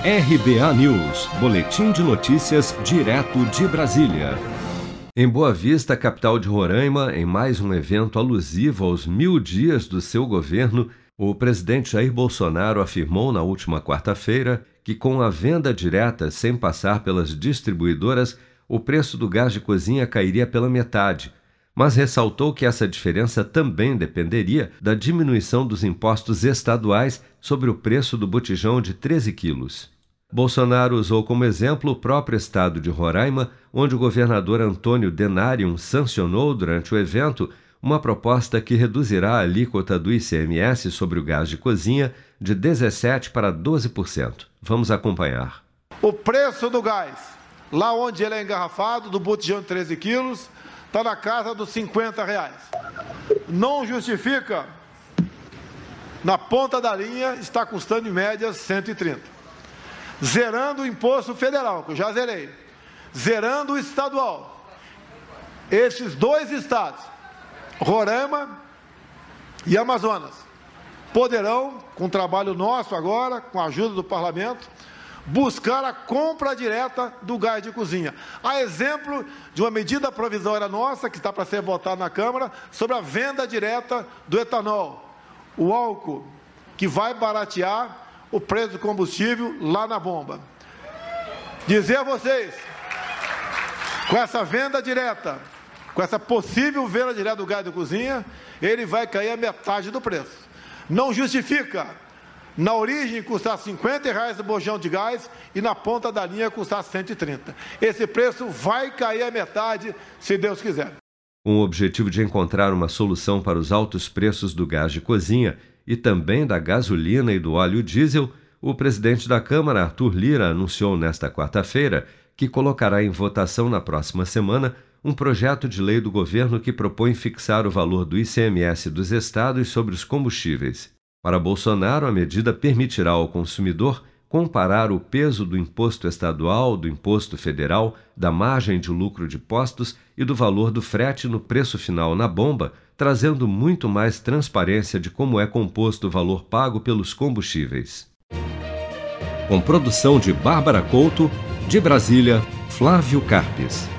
RBA News, boletim de notícias direto de Brasília. Em Boa Vista, capital de Roraima, em mais um evento alusivo aos 1000 dias do seu governo, o presidente Jair Bolsonaro afirmou na última quarta-feira que com a venda direta sem passar pelas distribuidoras, o preço do gás de cozinha cairia pela metade, mas ressaltou que essa diferença também dependeria da diminuição dos impostos estaduais sobre o preço do botijão de 13 quilos. Bolsonaro usou como exemplo o próprio estado de Roraima, onde o governador Antônio Denarium sancionou durante o evento uma proposta que reduzirá a alíquota do ICMS sobre o gás de cozinha de 17% para 12%. Vamos acompanhar. O preço do gás, lá onde ele é engarrafado, do botijão de 13 quilos, está na casa dos R$50. Não justifica, na ponta da linha, está custando em média 130. Zerando o imposto federal, que eu já zerei, zerando o estadual. Esses dois estados, Roraima e Amazonas, poderão, com o trabalho nosso agora, com a ajuda do parlamento, buscar a compra direta do gás de cozinha. A exemplo de uma medida provisória nossa, que está para ser votada na Câmara, sobre a venda direta do etanol, o álcool, que vai baratear o preço do combustível lá na bomba. Dizer a vocês, com essa venda direta, com essa possível venda direta do gás de cozinha, ele vai cair a metade do preço. Não justifica, na origem, custar R$50 o botijão de gás e na ponta da linha custar 130. Esse preço vai cair a metade, se Deus quiser. Com o objetivo de encontrar uma solução para os altos preços do gás de cozinha e também da gasolina e do óleo diesel, o presidente da Câmara, Arthur Lira, anunciou nesta quarta-feira que colocará em votação na próxima semana um projeto de lei do governo que propõe fixar o valor do ICMS dos estados sobre os combustíveis. Para Bolsonaro, a medida permitirá ao consumidor comparar o peso do imposto estadual, do imposto federal, da margem de lucro de postos e do valor do frete no preço final na bomba, trazendo muito mais transparência de como é composto o valor pago pelos combustíveis. Com produção de Bárbara Couto, de Brasília, Flávio Carpes.